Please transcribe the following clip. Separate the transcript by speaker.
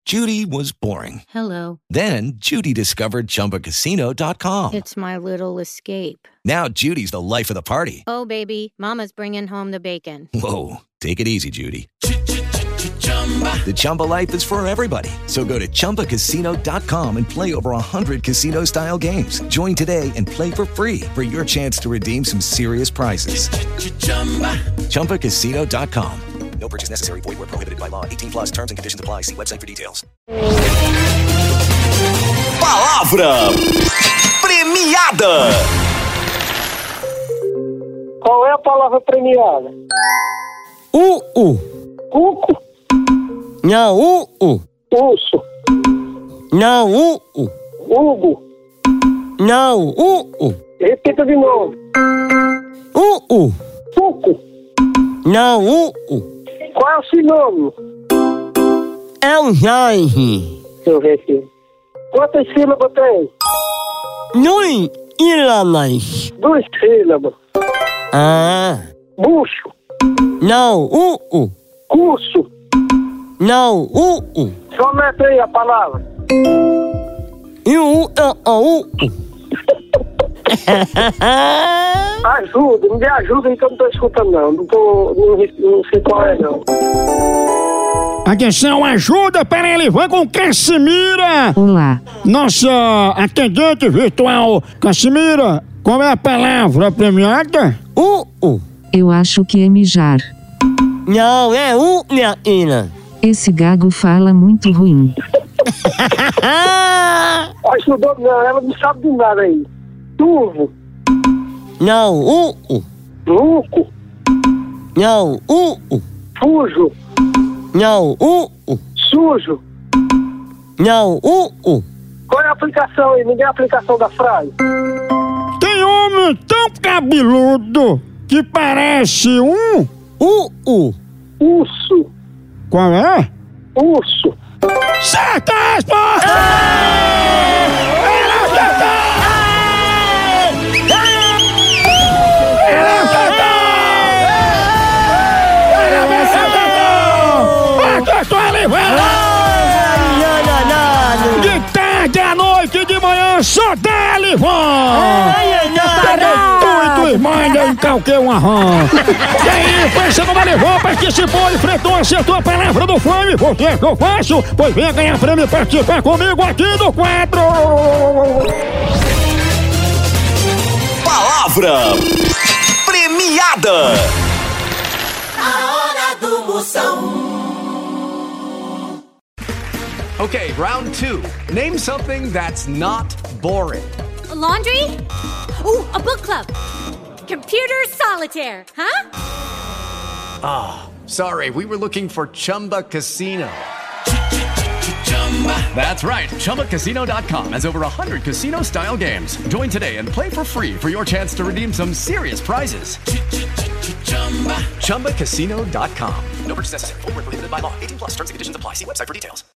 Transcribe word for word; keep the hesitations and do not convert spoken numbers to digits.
Speaker 1: Judy was boring.
Speaker 2: Hello.
Speaker 1: Then Judy discovered Chumba Casino dot com.
Speaker 2: It's my little escape.
Speaker 1: Now Judy's the life of the party.
Speaker 2: Oh, baby, mama's bringing home the bacon.
Speaker 1: Whoa, take it easy, Judy. The Chumba life is for everybody. So go to Chumba Casino dot com and play over one hundred casino-style games. Join today and play for free for your chance to redeem some serious prizes. Chumba Casino dot com. No purchase necessary. Void where prohibited by law. eighteen plus terms and conditions apply. See website for details.
Speaker 3: Palavra premiada.
Speaker 4: Qual é a palavra premiada?
Speaker 5: Uh-uh.
Speaker 4: Cuco,
Speaker 5: Não, uh-uh.
Speaker 4: urso,
Speaker 5: Não, uh-uh.
Speaker 4: Hugo.
Speaker 5: Não, uh-uh.
Speaker 4: Repita de novo.
Speaker 5: Uh-uh.
Speaker 4: Cuco.
Speaker 5: Não, uh-uh.
Speaker 4: Qual é o sinônimo?
Speaker 5: É um Jorge.
Speaker 4: Deixa eu ver aqui. Quantas sílabas tem?
Speaker 5: Nui ilamas.
Speaker 4: Duas sílabas.
Speaker 5: Ah.
Speaker 4: Bucho,
Speaker 5: Não, uh-uh.
Speaker 4: curso.
Speaker 5: Não, uh-uh.
Speaker 4: Someta aí a palavra.
Speaker 5: Uh-uh.
Speaker 4: Ajuda, me dê ajuda aí que eu não tô escutando não. Não tô. Não, não sei qual é não.
Speaker 6: Atenção, ajuda para ele, vai com Cassimira!
Speaker 7: Olá,
Speaker 6: Nossa atendente virtual, Cassimira, qual é a palavra premiada?
Speaker 5: Uh-uh.
Speaker 7: eu acho que é mijar.
Speaker 5: Não, é uh, minha ina.
Speaker 7: Esse gago fala muito ruim.
Speaker 4: Ajudou não, ela não sabe de nada aí. Turvo,
Speaker 5: Não, uh-uh.
Speaker 4: Luco,
Speaker 5: Não, uh-uh.
Speaker 4: fujo,
Speaker 5: Não, uh-uh.
Speaker 4: sujo.
Speaker 5: Não, uh-uh.
Speaker 4: Qual é a aplicação aí? Me dê a aplicação da frase.
Speaker 6: Tem homem tão cabeludo que parece um...
Speaker 5: Uh-uh.
Speaker 4: Urso,
Speaker 6: Qual é?
Speaker 4: urso.
Speaker 6: Certa resposta! Ela acertou! Ela acertou! Ela acertou! Acertou a livela! De tarde à noite, de manhã, só dá Livon! Tu e tua irmã ainda encalquei uma rã! E aí, pensa no Livon, participou, enfrentou, acertou a palavra do fome, você achou fácil? Pois venha ganhar prêmio e participar comigo aqui no quadro!
Speaker 3: Palavra premiada.
Speaker 8: A hora do Moção.
Speaker 9: Okay, round two. Name something that's not boring.
Speaker 10: A laundry? Ooh, a book club. Computer solitaire, huh?
Speaker 9: Ah, oh, sorry, we were looking for Chumba Casino. That's right, Chumba Casino dot com has over one hundred casino-style games. Join today and play for free for your chance to redeem some serious prizes. Chumba Casino dot com. No purchase necessary. Void where prohibited by law. eighteen plus terms and conditions apply. See website for details.